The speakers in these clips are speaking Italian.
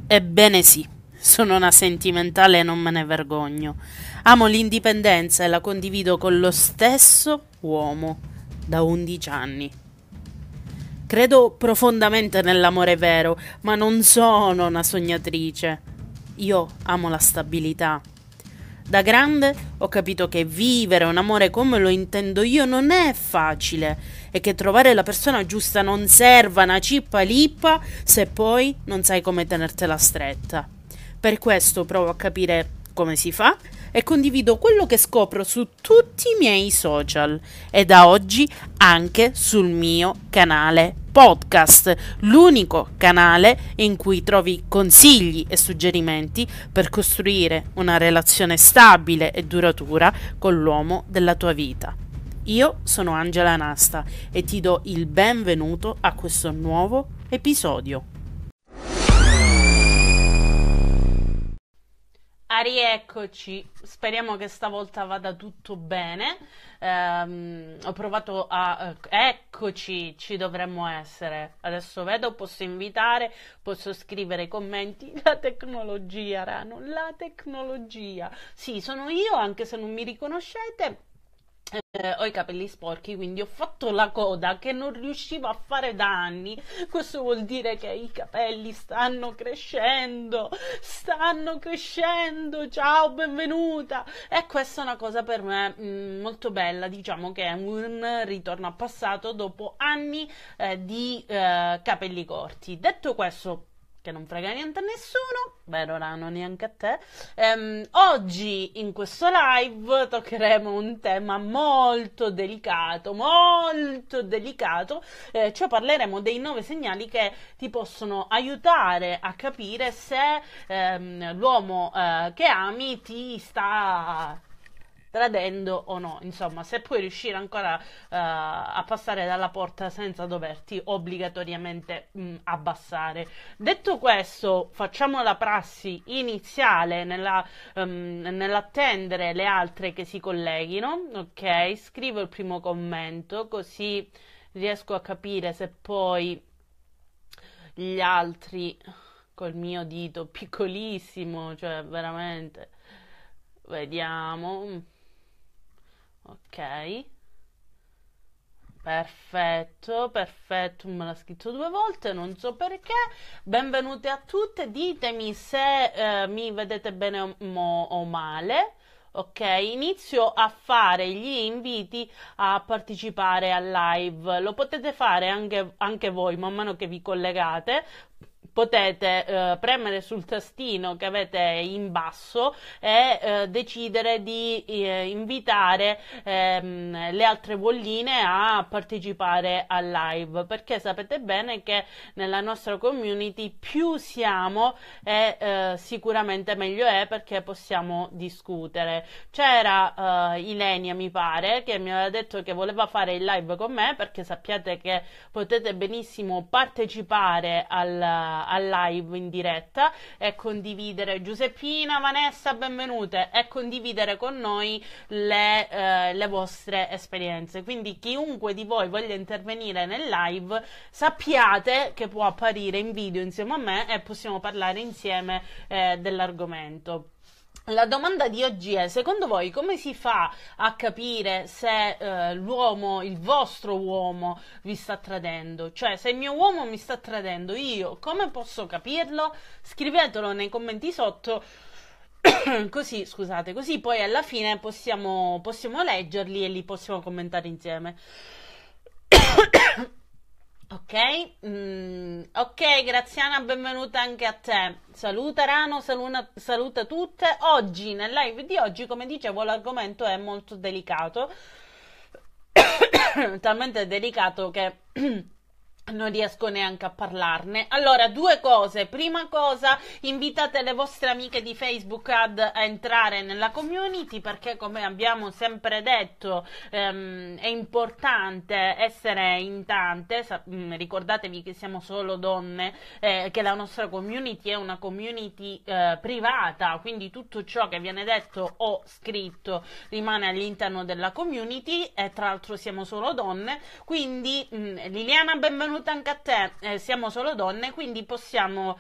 Ebbene sì, sono una sentimentale e non me ne vergogno. Amo l'indipendenza e la condivido con lo stesso uomo da 11 anni. Credo profondamente nell'amore vero, ma non sono una sognatrice. Io amo la stabilità. Da grande ho capito che vivere un amore come lo intendo io non è facile e che trovare la persona giusta non serva una cippa lippa se poi non sai come tenertela stretta. Per questo provo a capire come si fa e condivido quello che scopro su tutti i miei social e da oggi anche sul mio canale podcast, l'unico canale in cui trovi consigli e suggerimenti per costruire una relazione stabile e duratura con l'uomo della tua vita. Io sono Angela Nasta e ti do il benvenuto a questo nuovo episodio. Rieccoci, speriamo che stavolta vada tutto bene. Ho provato eccoci, ci dovremmo essere. Adesso vedo, posso invitare, posso scrivere commenti. La tecnologia, Rano, la tecnologia. Sì, sono io, anche se non mi riconoscete. Ho i capelli sporchi, quindi ho fatto la coda che non riuscivo a fare da anni. Questo vuol dire che i capelli stanno crescendo. Ciao, benvenuta. E questa è una cosa per me molto bella. Diciamo che è un ritorno al passato dopo anni di capelli corti. Detto questo, che non frega niente a nessuno, vero Rano, neanche a te. Oggi in questo live toccheremo un tema molto delicato, cioè parleremo dei 9 segnali che ti possono aiutare a capire se l'uomo che ami ti sta tradendo o no, insomma, se puoi riuscire ancora a passare dalla porta senza doverti obbligatoriamente abbassare. Detto questo, facciamo la prassi iniziale nell'attendere le altre che si colleghino. Ok, scrivo il primo commento così riesco a capire se poi gli altri col mio dito piccolissimo, cioè veramente, vediamo. Ok, perfetto, me l'ha scritto 2 volte, non so perché. Benvenute a tutte, ditemi se mi vedete bene o male. Ok, inizio a fare gli inviti a partecipare al live. Lo potete fare anche voi man mano che vi collegate. Potete premere sul tastino che avete in basso e decidere di invitare le altre bolline a partecipare al live, perché sapete bene che nella nostra community più siamo sicuramente meglio è, perché possiamo discutere. C'era Ilenia, mi pare, che mi aveva detto che voleva fare il live con me, perché sappiate che potete benissimo partecipare al live in diretta e condividere. Giuseppina, Vanessa, benvenute, e condividere con noi le vostre esperienze. Quindi chiunque di voi voglia intervenire nel live, sappiate che può apparire in video insieme a me e possiamo parlare insieme dell'argomento. La domanda di oggi è: secondo voi come si fa a capire se l'uomo, il vostro uomo, vi sta tradendo? Cioè, se il mio uomo mi sta tradendo, io come posso capirlo? Scrivetelo nei commenti sotto. Così, scusate, così poi alla fine possiamo leggerli e li possiamo commentare insieme. Ok, Graziana, benvenuta anche a te. Saluta Rano, saluta tutte. Oggi, nel live di oggi, come dicevo, l'argomento è molto delicato. Talmente delicato che non riesco neanche a parlarne. Allora, 2 cose. Prima cosa, invitate le vostre amiche di Facebook a entrare nella community, perché come abbiamo sempre detto è importante essere in tante. Ricordatevi che siamo solo donne, che la nostra community è una community privata, quindi tutto ciò che viene detto o scritto rimane all'interno della community, e tra l'altro siamo solo donne. Quindi Liliana, benvenuta benvenuta anche a te. Siamo solo donne, quindi possiamo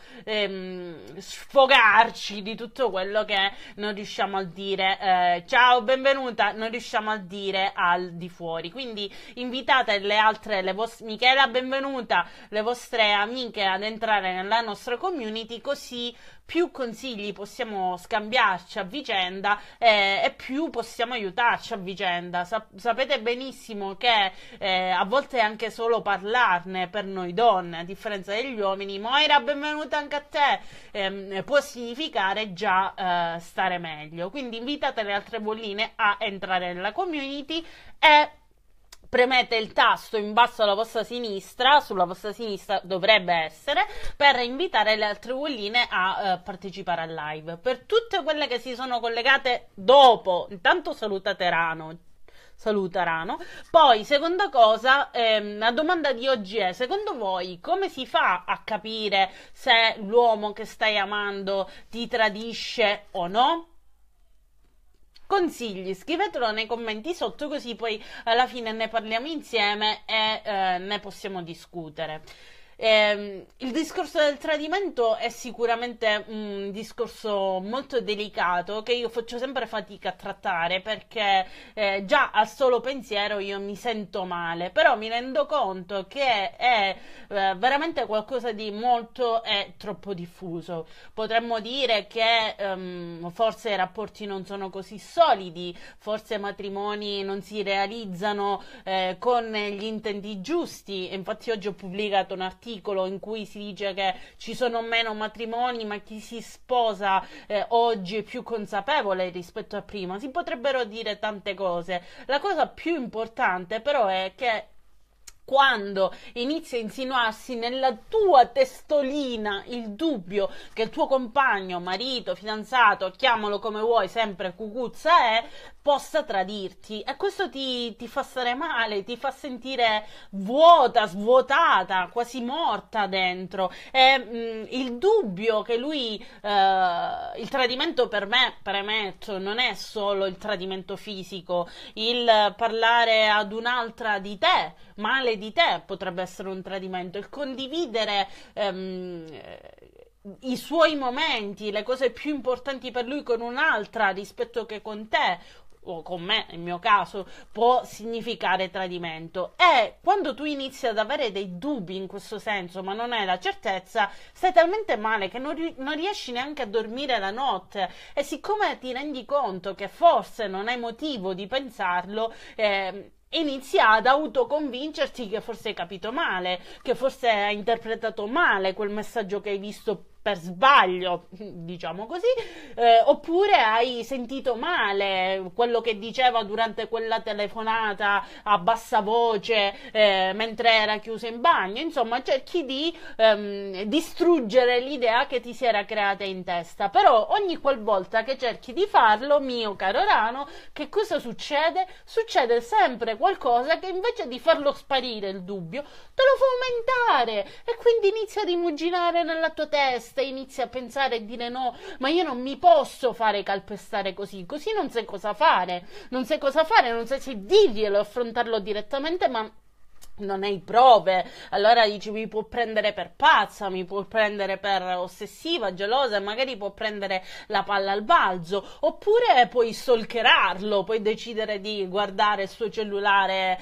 sfogarci di tutto quello che non riusciamo a dire. Ciao, benvenuta, non riusciamo a dire al di fuori. Quindi invitate le altre, Michela, benvenuta, le vostre amiche ad entrare nella nostra community, così più consigli possiamo scambiarci a vicenda e più possiamo aiutarci a vicenda. Sapete benissimo che a volte anche solo parlarne per noi donne, a differenza degli uomini, Moira, benvenuta anche a te, può significare già stare meglio. Quindi invitate le altre bolline a entrare nella community e premete il tasto in basso alla vostra sinistra, sulla vostra sinistra dovrebbe essere, per invitare le altre bolline a partecipare al live. Per tutte quelle che si sono collegate dopo, intanto salutate Rano. Poi, seconda cosa, la domanda di oggi è: secondo voi come si fa a capire se l'uomo che stai amando ti tradisce o no? Consigli, scrivetelo nei commenti sotto, così poi alla fine ne parliamo insieme e ne possiamo discutere. Il discorso del tradimento è sicuramente un discorso molto delicato che io faccio sempre fatica a trattare, perché già al solo pensiero io mi sento male, però mi rendo conto che è veramente qualcosa di molto e troppo diffuso. Potremmo dire che forse i rapporti non sono così solidi, forse i matrimoni non si realizzano con gli intenti giusti. Infatti oggi ho pubblicato un articolo in cui si dice che ci sono meno matrimoni, ma chi si sposa oggi è più consapevole rispetto a prima. Si potrebbero dire tante cose. La cosa più importante però è che quando inizia a insinuarsi nella tua testolina il dubbio che il tuo compagno, marito, fidanzato, chiamalo come vuoi, sempre cucuzza è, possa tradirti, e questo ti fa stare male, ti fa sentire vuota, svuotata, quasi morta dentro. E il dubbio che lui il tradimento, per me, premetto, non è solo il tradimento fisico, il parlare ad un'altra di te, male di te, potrebbe essere un tradimento, il condividere i suoi momenti, le cose più importanti per lui con un'altra rispetto che con te o con me, nel mio caso, può significare tradimento. E quando tu inizi ad avere dei dubbi in questo senso, ma non hai la certezza, stai talmente male che non riesci neanche a dormire la notte, e siccome ti rendi conto che forse non hai motivo di pensarlo, inizi ad autoconvincerti che forse hai capito male, che forse hai interpretato male quel messaggio che hai visto per sbaglio, diciamo così, oppure hai sentito male quello che diceva durante quella telefonata a bassa voce mentre era chiuso in bagno. Insomma, cerchi di distruggere l'idea che ti si era creata in testa. Però ogni qualvolta che cerchi di farlo, mio caro Rano, che cosa succede? Succede sempre qualcosa che invece di farlo sparire il dubbio, te lo fa aumentare, e quindi inizia a rimuginare nella tua testa, inizi a pensare e dire: no, ma io non mi posso fare calpestare così non sai cosa fare, non sai se dirglielo, affrontarlo direttamente, ma non hai prove. Allora dici: mi può prendere per pazza, mi può prendere per ossessiva, gelosa, e magari può prendere la palla al balzo. Oppure puoi stalkerarlo, puoi decidere di guardare il suo cellulare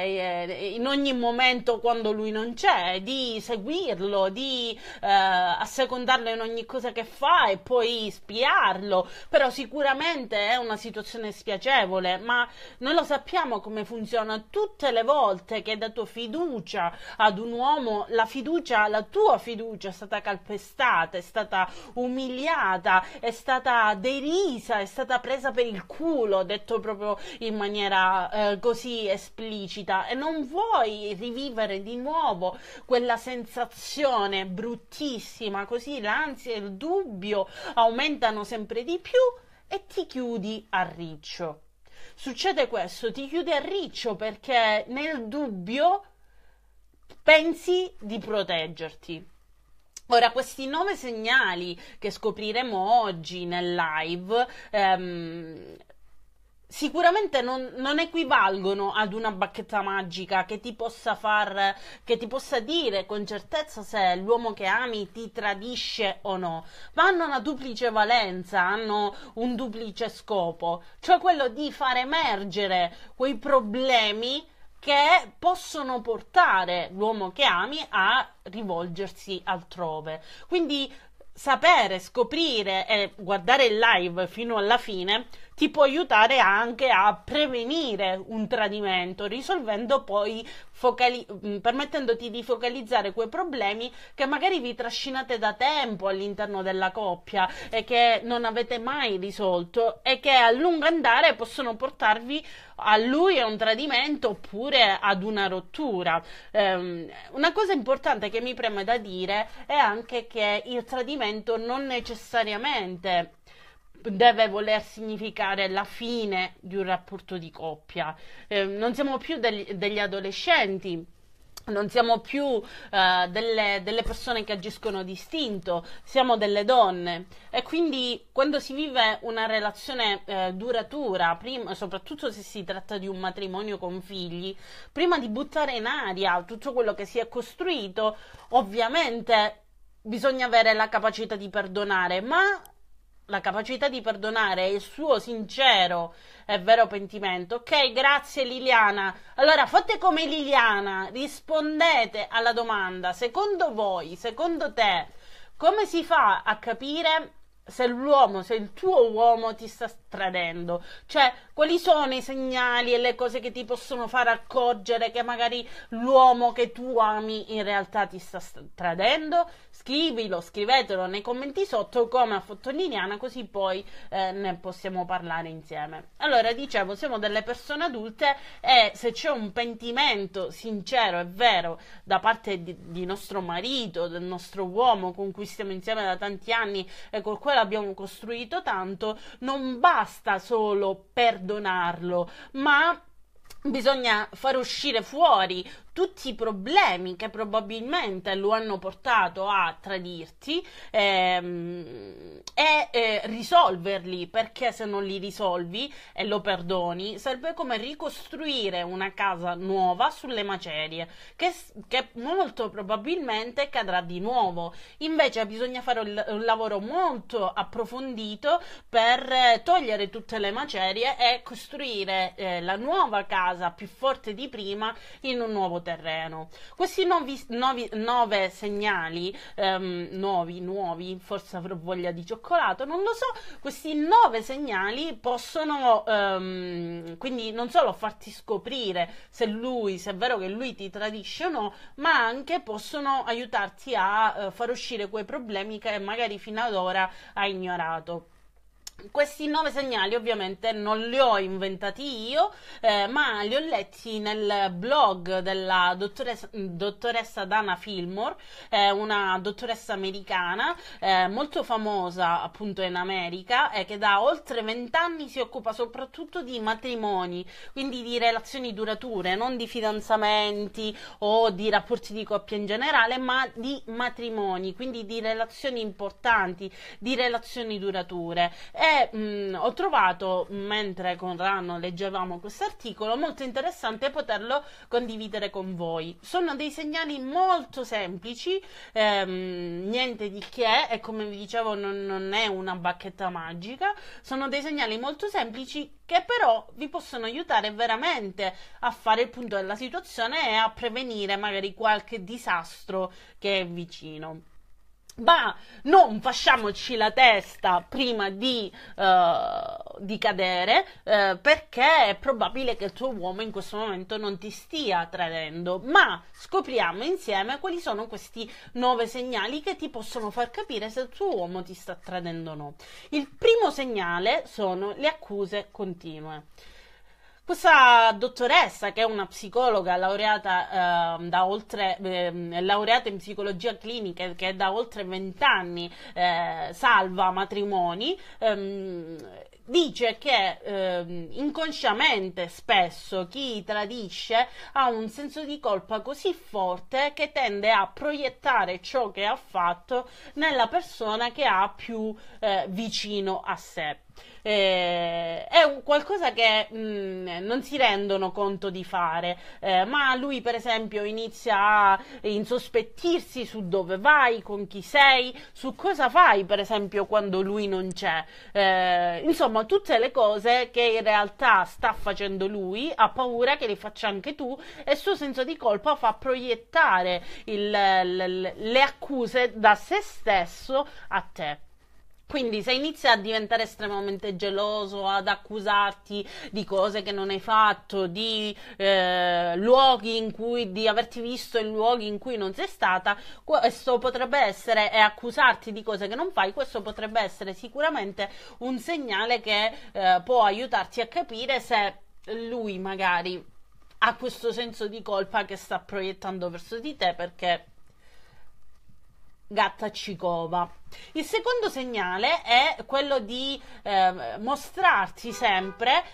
in ogni momento quando lui non c'è, di seguirlo, di assecondarlo in ogni cosa che fa e poi spiarlo. Però sicuramente è una situazione spiacevole, ma noi lo sappiamo come funziona. Tutte le volte che hai dato fiducia ad un uomo, la tua fiducia è stata calpestata, è stata umiliata, è stata derisa, è stata presa per il culo, detto proprio in maniera così esplicita, e non vuoi rivivere di nuovo quella sensazione bruttissima. Così l'ansia e il dubbio aumentano sempre di più e ti chiudi a riccio. Succede questo, ti chiudi a riccio perché nel dubbio pensi di proteggerti. Ora, questi 9 segnali che scopriremo oggi nel live sicuramente non equivalgono ad una bacchetta magica che ti possa dire con certezza se l'uomo che ami ti tradisce o no, ma hanno una duplice valenza, hanno un duplice scopo, cioè quello di far emergere quei problemi che possono portare l'uomo che ami a rivolgersi altrove. Quindi sapere, scoprire e guardare il live fino alla fine ti può aiutare anche a prevenire un tradimento, risolvendo poi permettendoti di focalizzare quei problemi che magari vi trascinate da tempo all'interno della coppia e che non avete mai risolto e che a lungo andare possono portarvi a lui a un tradimento oppure ad una rottura. Una cosa importante che mi preme da dire è anche che il tradimento non necessariamente deve voler significare la fine di un rapporto di coppia. Non siamo più degli adolescenti, non siamo più delle persone che agiscono distinto, siamo delle donne e quindi quando si vive una relazione duratura, soprattutto se si tratta di un matrimonio con figli, prima di buttare in aria tutto quello che si è costruito, ovviamente bisogna avere la capacità di perdonare, ma la capacità di perdonare e il suo sincero e vero pentimento. Ok, grazie Liliana. Allora fate come Liliana, rispondete alla domanda: secondo voi, secondo te, come si fa a capire se il tuo uomo ti sta tradendo? Cioè, quali sono i segnali e le cose che ti possono far accorgere che magari l'uomo che tu ami in realtà ti sta tradendo? Scrivetelo nei commenti sotto come ha fatto Liliana, così poi ne possiamo parlare insieme. Allora, dicevo, siamo delle persone adulte e se c'è un pentimento sincero e vero da parte di nostro marito, del nostro uomo con cui stiamo insieme da tanti anni e col quale abbiamo costruito tanto, non basta solo perdonarlo, ma bisogna far uscire fuori tutti i problemi che probabilmente lo hanno portato a tradirti risolverli, perché se non li risolvi e lo perdoni serve come ricostruire una casa nuova sulle macerie che molto probabilmente cadrà di nuovo. Invece bisogna fare un lavoro molto approfondito per togliere tutte le macerie e costruire la nuova casa più forte di prima in un nuovo terreno. Questi nove segnali, nuovi, forse avrò voglia di cioccolato, non lo so. Questi 9 segnali possono quindi non solo farti scoprire se è vero che lui ti tradisce o no, ma anche possono aiutarti a far uscire quei problemi che magari fino ad ora hai ignorato. Questi 9 segnali ovviamente non li ho inventati io, ma li ho letti nel blog della dottoressa Dana Fillmore, una dottoressa americana molto famosa appunto in America e che da oltre 20 anni si occupa soprattutto di matrimoni, quindi di relazioni durature, non di fidanzamenti o di rapporti di coppia in generale, ma di matrimoni, quindi di relazioni importanti, di relazioni durature. Ho trovato, mentre con Rano leggevamo questo articolo, molto interessante poterlo condividere con voi. Sono dei segnali molto semplici, niente di che, e come vi dicevo non è una bacchetta magica, sono dei segnali molto semplici che però vi possono aiutare veramente a fare il punto della situazione e a prevenire magari qualche disastro che è vicino. Ma non fasciamoci la testa prima di cadere, perché è probabile che il tuo uomo in questo momento non ti stia tradendo, ma scopriamo insieme quali sono questi 9 segnali che ti possono far capire se il tuo uomo ti sta tradendo o no. Il primo segnale sono le accuse continue. Questa dottoressa, che è una psicologa laureata laureata in psicologia clinica, che da oltre 20 anni salva matrimoni, dice che inconsciamente spesso chi tradisce ha un senso di colpa così forte che tende a proiettare ciò che ha fatto nella persona che ha più vicino a sé. È qualcosa che non si rendono conto di fare, ma lui per esempio inizia a insospettirsi su dove vai, con chi sei, su cosa fai per esempio quando lui non c'è, insomma tutte le cose che in realtà sta facendo lui ha paura che le faccia anche tu, e il suo senso di colpa fa proiettare le accuse da se stesso a te. Quindi se inizi a diventare estremamente geloso, ad accusarti di cose che non hai fatto, di luoghi in cui, di averti visto in luoghi in cui non sei stata, questo potrebbe essere, e accusarti di cose che non fai, questo potrebbe essere sicuramente un segnale che può aiutarti a capire se lui magari ha questo senso di colpa che sta proiettando verso di te, perché gatta ci cova. Il secondo segnale è quello di mostrarti sempre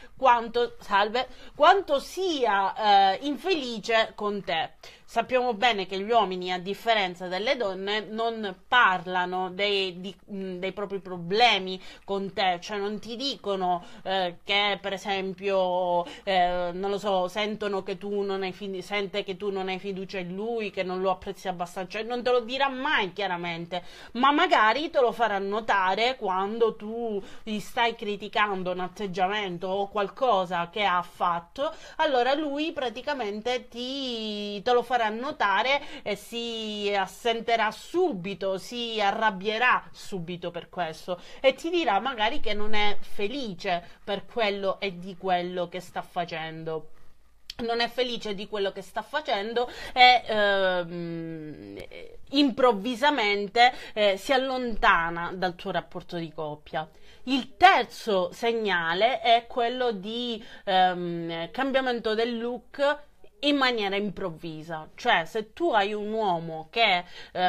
quanto sia infelice con te. Sappiamo bene che gli uomini, a differenza delle donne, non parlano dei propri problemi con te, cioè non ti dicono che per esempio non lo so, sentono che tu non hai sente che tu non hai fiducia in lui, che non lo apprezzi abbastanza, cioè non te lo dirà mai chiaramente, ma magari te lo farà notare quando tu gli stai criticando un atteggiamento o qualcosa che ha fatto. Allora lui praticamente te lo farà notare e si assenterà subito, si arrabbierà subito per questo, e ti dirà magari che non è felice per quello e di quello che sta facendo. Non è felice di quello che sta facendo e improvvisamente si allontana dal tuo rapporto di coppia. Il terzo segnale è quello di cambiamento del look in maniera improvvisa, cioè se tu hai un uomo che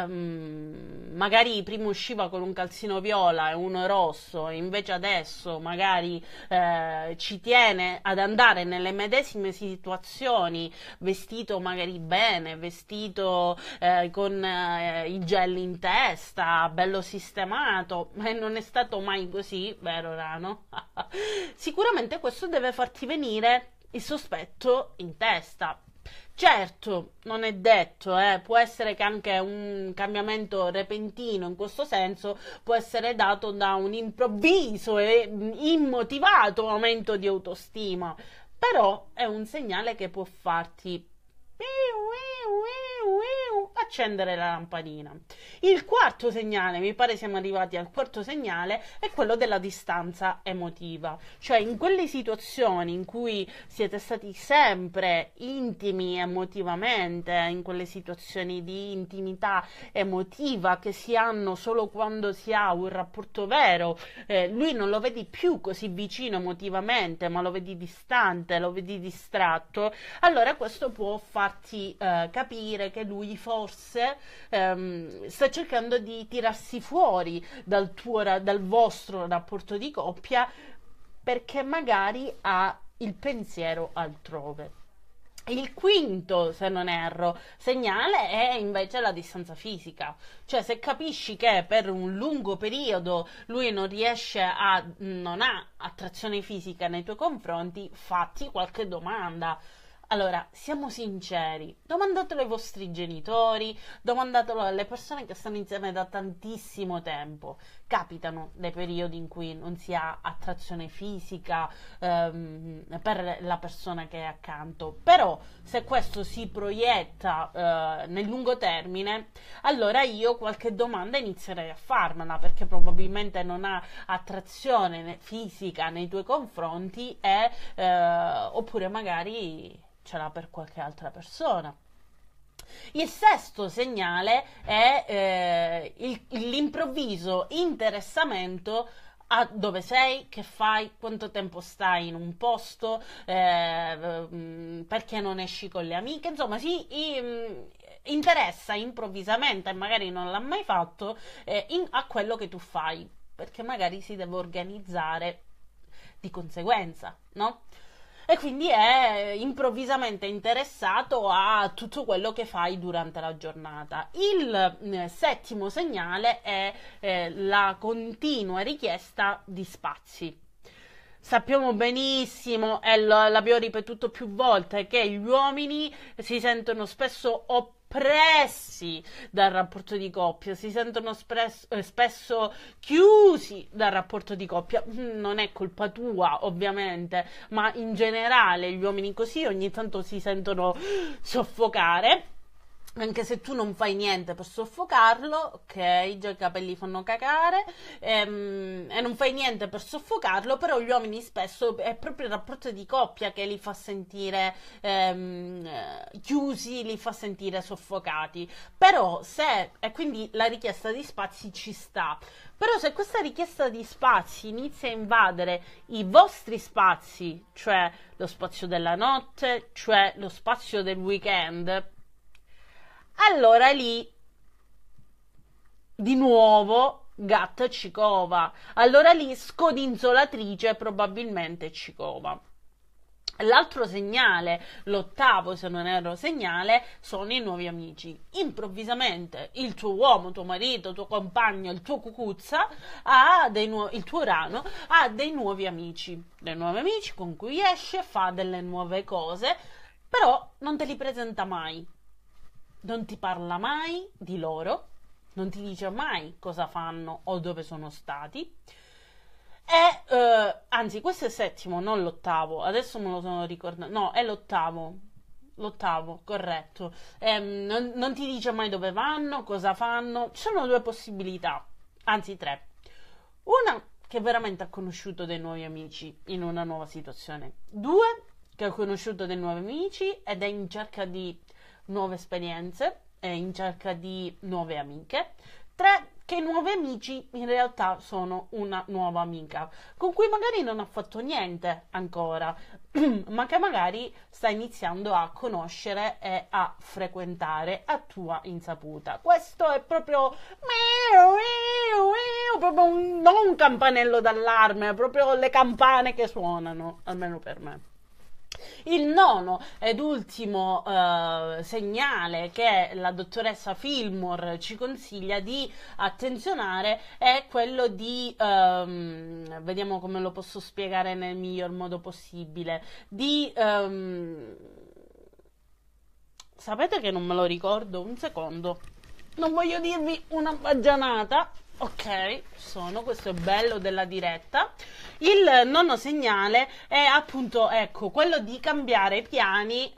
magari prima usciva con un calzino viola e uno rosso, e invece adesso magari ci tiene ad andare nelle medesime situazioni vestito magari bene, vestito con i gel in testa, bello sistemato, ma non è stato mai così, vero Rano? Sicuramente questo deve farti venire il sospetto in testa. Certo, non è detto, può essere che anche un cambiamento repentino in questo senso può essere dato da un improvviso e immotivato aumento di autostima, però è un segnale che può farti accendere la lampadina. Il quarto segnale, mi pare siamo arrivati al quarto segnale, è quello della distanza emotiva, cioè in quelle situazioni in cui siete stati sempre intimi emotivamente, in quelle situazioni di intimità emotiva che si hanno solo quando si ha un rapporto vero, lui non lo vedi più così vicino emotivamente, ma lo vedi distante, lo vedi distratto, allora questo può farti capire che lui forse sta cercando di tirarsi fuori dal vostro rapporto di coppia, perché magari ha il pensiero altrove. Il quinto, se non erro, segnale è invece la distanza fisica, cioè se capisci che per un lungo periodo lui non ha attrazione fisica nei tuoi confronti, fatti qualche domanda. Allora, siamo sinceri, domandatelo ai vostri genitori, domandatelo alle persone che stanno insieme da tantissimo tempo. Capitano dei periodi in cui non si ha attrazione fisica per la persona che è accanto, però se questo si proietta nel lungo termine, allora io qualche domanda inizierei a farmela, perché probabilmente non ha attrazione fisica nei tuoi confronti oppure magari ce l'ha per qualche altra persona. Il sesto segnale è l'improvviso interessamento a dove sei, che fai, quanto tempo stai in un posto, perché non esci con le amiche, insomma interessa improvvisamente, e magari non l'ha mai fatto, a quello che tu fai, perché magari si deve organizzare di conseguenza, no? E quindi è improvvisamente interessato a tutto quello che fai durante la giornata. Il settimo segnale è la continua richiesta di spazi. Sappiamo benissimo, e l'abbiamo ripetuto più volte, che gli uomini si sentono spesso oppressi dal rapporto di coppia, si sentono spesso chiusi dal rapporto di coppia. Non è colpa tua, ovviamente, ma in generale gli uomini così ogni tanto si sentono soffocare. Anche se tu non fai niente per soffocarlo, ok, già i capelli fanno cagare, e non fai niente per soffocarlo, però gli uomini spesso è proprio il rapporto di coppia che li fa sentire chiusi, li fa sentire soffocati. Però e quindi la richiesta di spazi ci sta. Però se questa richiesta di spazi inizia a invadere i vostri spazi, cioè lo spazio della notte, cioè lo spazio del weekend, allora lì di nuovo gatta ci cova. Allora lì scodinzolatrice probabilmente ci cova. L'altro segnale, l'ottavo se non erro segnale, sono i nuovi amici. Improvvisamente il tuo uomo, tuo marito, tuo compagno, il tuo cucuzza, il tuo Urano, ha dei nuovi amici con cui esce, fa delle nuove cose, però non te li presenta mai. Non ti parla mai di loro, non ti dice mai cosa fanno o dove sono stati. Anzi, questo è il settimo, non l'ottavo. Adesso me lo sono ricordato. No, è l'ottavo. L'ottavo, corretto. Non ti dice mai dove vanno, cosa fanno. Ci sono due possibilità, anzi tre. Una, che veramente ha conosciuto dei nuovi amici in una nuova situazione. Due, che ha conosciuto dei nuovi amici ed è in cerca di nuove esperienze, è in cerca di nuove amiche. 3, che i nuovi amici in realtà sono una nuova amica con cui magari non ha fatto niente ancora, ma che magari sta iniziando a conoscere e a frequentare a tua insaputa. Questo è proprio non un campanello d'allarme, è proprio le campane che suonano, almeno per me. Il nono ed ultimo segnale che la dottoressa Fillmore ci consiglia di attenzionare è quello di, vediamo come lo posso spiegare nel miglior modo possibile, sapete che non me lo ricordo, un secondo, non voglio dirvi una baggianata. Ok, questo è bello della diretta. Il nono segnale è appunto, ecco, quello di cambiare piani.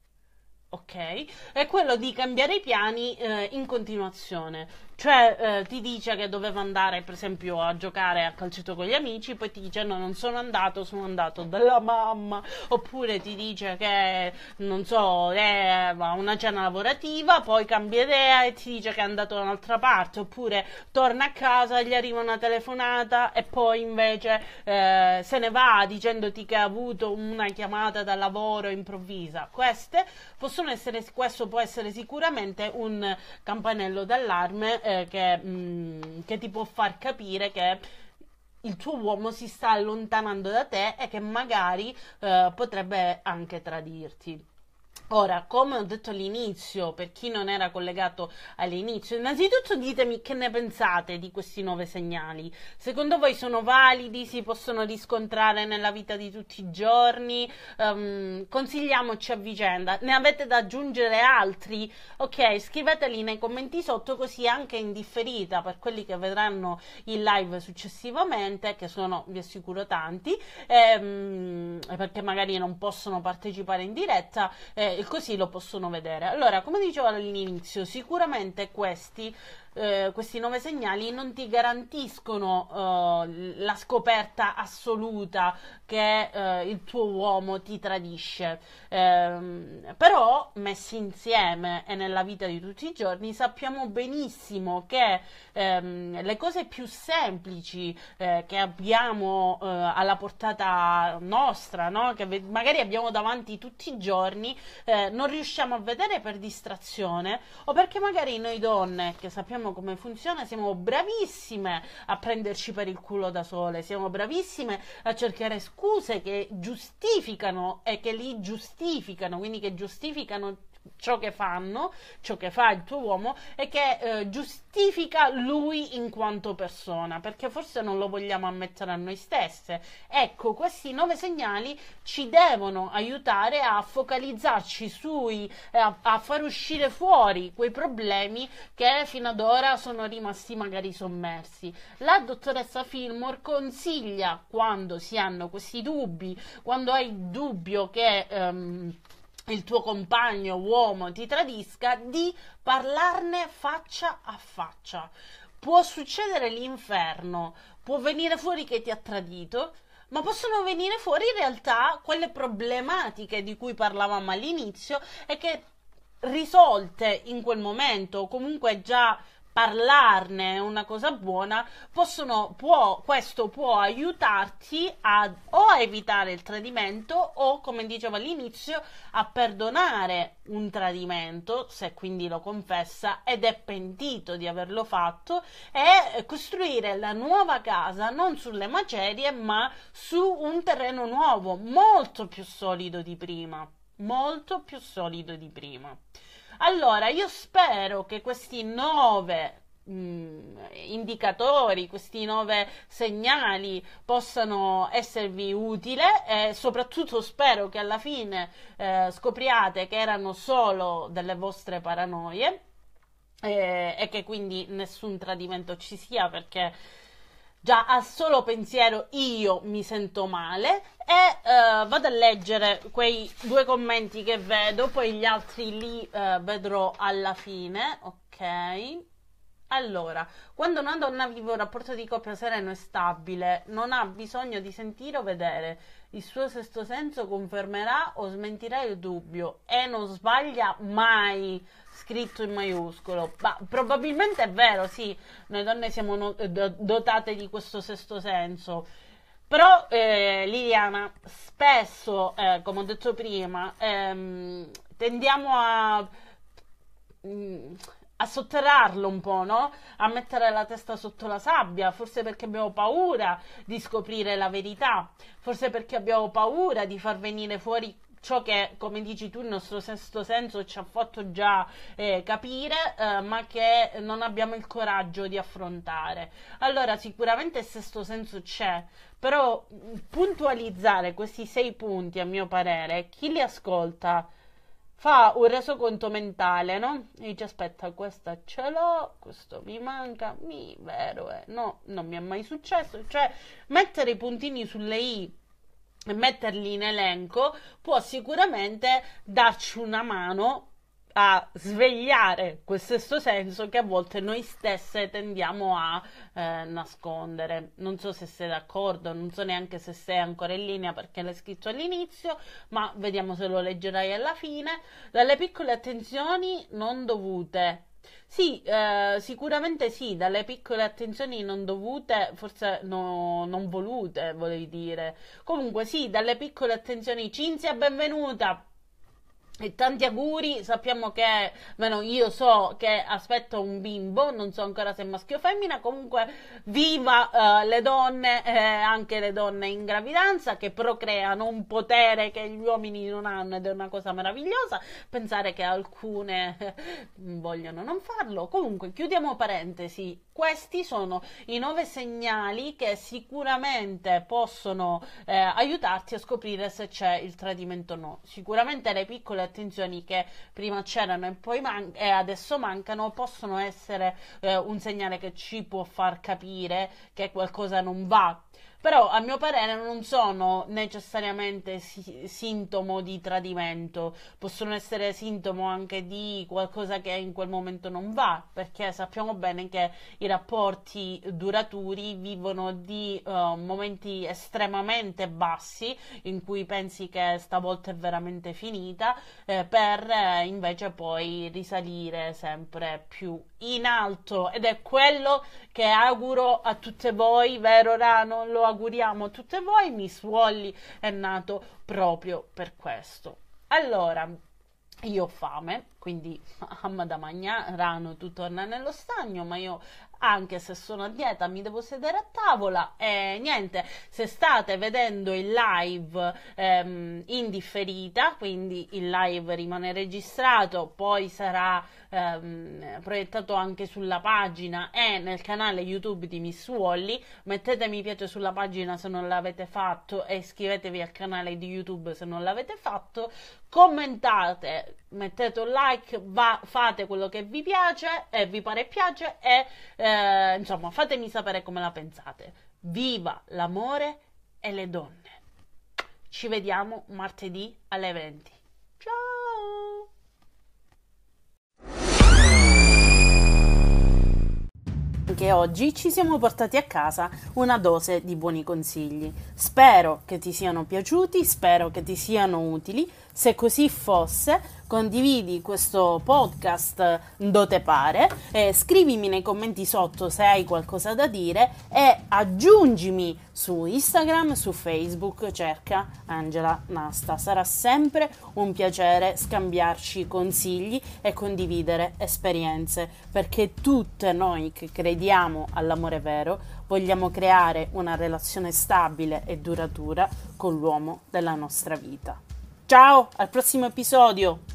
Ok, è quello di cambiare i piani in continuazione. Cioè ti dice che doveva andare per esempio a giocare a calcetto con gli amici, poi ti dice no, non sono andato dalla mamma. Oppure ti dice che non so, è una cena lavorativa, poi cambia idea e ti dice che è andato da un'altra parte. Oppure torna a casa, gli arriva una telefonata e poi invece se ne va dicendoti che ha avuto una chiamata da lavoro improvvisa. Questo può essere sicuramente un campanello d'allarme che ti può far capire che il tuo uomo si sta allontanando da te e che magari potrebbe anche tradirti. Ora, come ho detto all'inizio, per chi non era collegato all'inizio, innanzitutto ditemi che ne pensate di questi 9 segnali. Secondo voi sono validi? Si possono riscontrare nella vita di tutti i giorni? Consigliamoci a vicenda. Ne avete da aggiungere altri? Ok, scriveteli nei commenti sotto, così anche in differita per quelli che vedranno il live successivamente, che sono, vi assicuro, tanti, perché magari non possono partecipare in diretta, così lo possono vedere. Allora, come dicevo all'inizio, sicuramente questi 9 segnali non ti garantiscono la scoperta assoluta che il tuo uomo ti tradisce, però messi insieme e nella vita di tutti i giorni sappiamo benissimo che le cose più semplici che abbiamo alla portata nostra, no? Che magari abbiamo davanti tutti i giorni, non riusciamo a vedere per distrazione o perché magari noi donne, che sappiamo sappiamo come funziona, siamo bravissime a prenderci per il culo da sole, siamo bravissime a cercare scuse che giustificano e che li giustificano, quindi che giustificano ciò che fanno, ciò che fa il tuo uomo e che giustifica lui in quanto persona, perché forse non lo vogliamo ammettere a noi stesse. Ecco, questi 9 segnali ci devono aiutare a focalizzarci a far uscire fuori quei problemi che fino ad ora sono rimasti magari sommersi. La dottoressa Fillmore consiglia, quando si hanno questi dubbi, quando hai il dubbio che il tuo compagno uomo ti tradisca, di parlarne faccia a faccia. Può succedere l'inferno, può venire fuori che ti ha tradito, ma possono venire fuori in realtà quelle problematiche di cui parlavamo all'inizio e che risolte in quel momento, o comunque già parlarne è una cosa buona, questo può aiutarti a evitare il tradimento o, come dicevo all'inizio, a perdonare un tradimento, se quindi lo confessa ed è pentito di averlo fatto, e costruire la nuova casa non sulle macerie ma su un terreno nuovo, molto più solido di prima. Molto più solido di prima. Allora, io spero che questi 9 indicatori, questi 9 segnali possano esservi utili e soprattutto spero che alla fine scopriate che erano solo delle vostre paranoie e che quindi nessun tradimento ci sia, perché già a solo pensiero io mi sento male. E vado a leggere quei 2 commenti che vedo, poi gli altri li vedrò alla fine, ok? Allora, quando una donna vive un rapporto di coppia sereno e stabile, non ha bisogno di sentire o vedere. Il suo sesto senso confermerà o smentirà il dubbio e non sbaglia mai, scritto in maiuscolo. Ma probabilmente è vero, sì, noi donne siamo dotate di questo sesto senso. Però, Liliana, spesso, come ho detto prima, tendiamo a sotterrarlo un po', no? A mettere la testa sotto la sabbia, forse perché abbiamo paura di scoprire la verità, forse perché abbiamo paura di far venire fuori ciò che, come dici tu, il nostro sesto senso ci ha fatto già capire, ma che non abbiamo il coraggio di affrontare. Allora, sicuramente il sesto senso c'è, però puntualizzare questi 6 punti, a mio parere, chi li ascolta fa un resoconto mentale, no? E dice: aspetta, questa ce l'ho, questo mi manca, vero, no, non mi è mai successo. Cioè, mettere i puntini sulle i e metterli in elenco può sicuramente darci una mano a svegliare quel sesto senso che a volte noi stesse tendiamo a nascondere. Non so se sei d'accordo, non so neanche se sei ancora in linea perché l'hai scritto all'inizio, ma vediamo se lo leggerai alla fine. Dalle piccole attenzioni non dovute. Sì, sicuramente sì, dalle piccole attenzioni non dovute, forse non volute, volevi dire. Comunque sì, dalle piccole attenzioni. Cinzia, benvenuta! E tanti auguri, sappiamo che, bueno, io so che aspetto un bimbo, non so ancora se è maschio o femmina, comunque viva le donne, anche le donne in gravidanza che procreano, un potere che gli uomini non hanno ed è una cosa meravigliosa, pensare che alcune vogliono non farlo. Comunque chiudiamo parentesi, questi sono i 9 segnali che sicuramente possono aiutarti a scoprire se c'è il tradimento o no. Sicuramente le piccole attenzioni che prima c'erano e adesso mancano possono essere un segnale che ci può far capire che qualcosa non va. Però a mio parere non sono necessariamente sintomo di tradimento, possono essere sintomo anche di qualcosa che in quel momento non va, perché sappiamo bene che i rapporti duraturi vivono di momenti estremamente bassi in cui pensi che stavolta è veramente finita, per invece poi risalire sempre più in alto, ed è quello che auguro a tutte voi, vero Rano? Lo auguriamo a tutte voi. Miss Wally è nato proprio per questo. Allora, io ho fame, quindi mamma da rano tu torna nello stagno, ma io anche se sono a dieta mi devo sedere a tavola e niente, se state vedendo il live in differita, quindi il live rimane registrato, poi sarà proiettato anche sulla pagina e nel canale YouTube di Miss Wally. Mettete mi piace sulla pagina se non l'avete fatto e iscrivetevi al canale di YouTube se non l'avete fatto, commentate, mettete un like, fate quello che vi piace e vi pare piace e insomma fatemi sapere come la pensate. Viva l'amore e le donne! Ci vediamo martedì alle 20. Ciao! Anche oggi ci siamo portati a casa una dose di buoni consigli. Spero che ti siano piaciuti, spero che ti siano utili. Se così fosse, condividi questo podcast dove te pare, scrivimi nei commenti sotto se hai qualcosa da dire e aggiungimi su Instagram, su Facebook, cerca Angela Nasta. Sarà sempre un piacere scambiarci consigli e condividere esperienze, perché tutte noi che crediamo all'amore vero vogliamo creare una relazione stabile e duratura con l'uomo della nostra vita. Ciao, al prossimo episodio!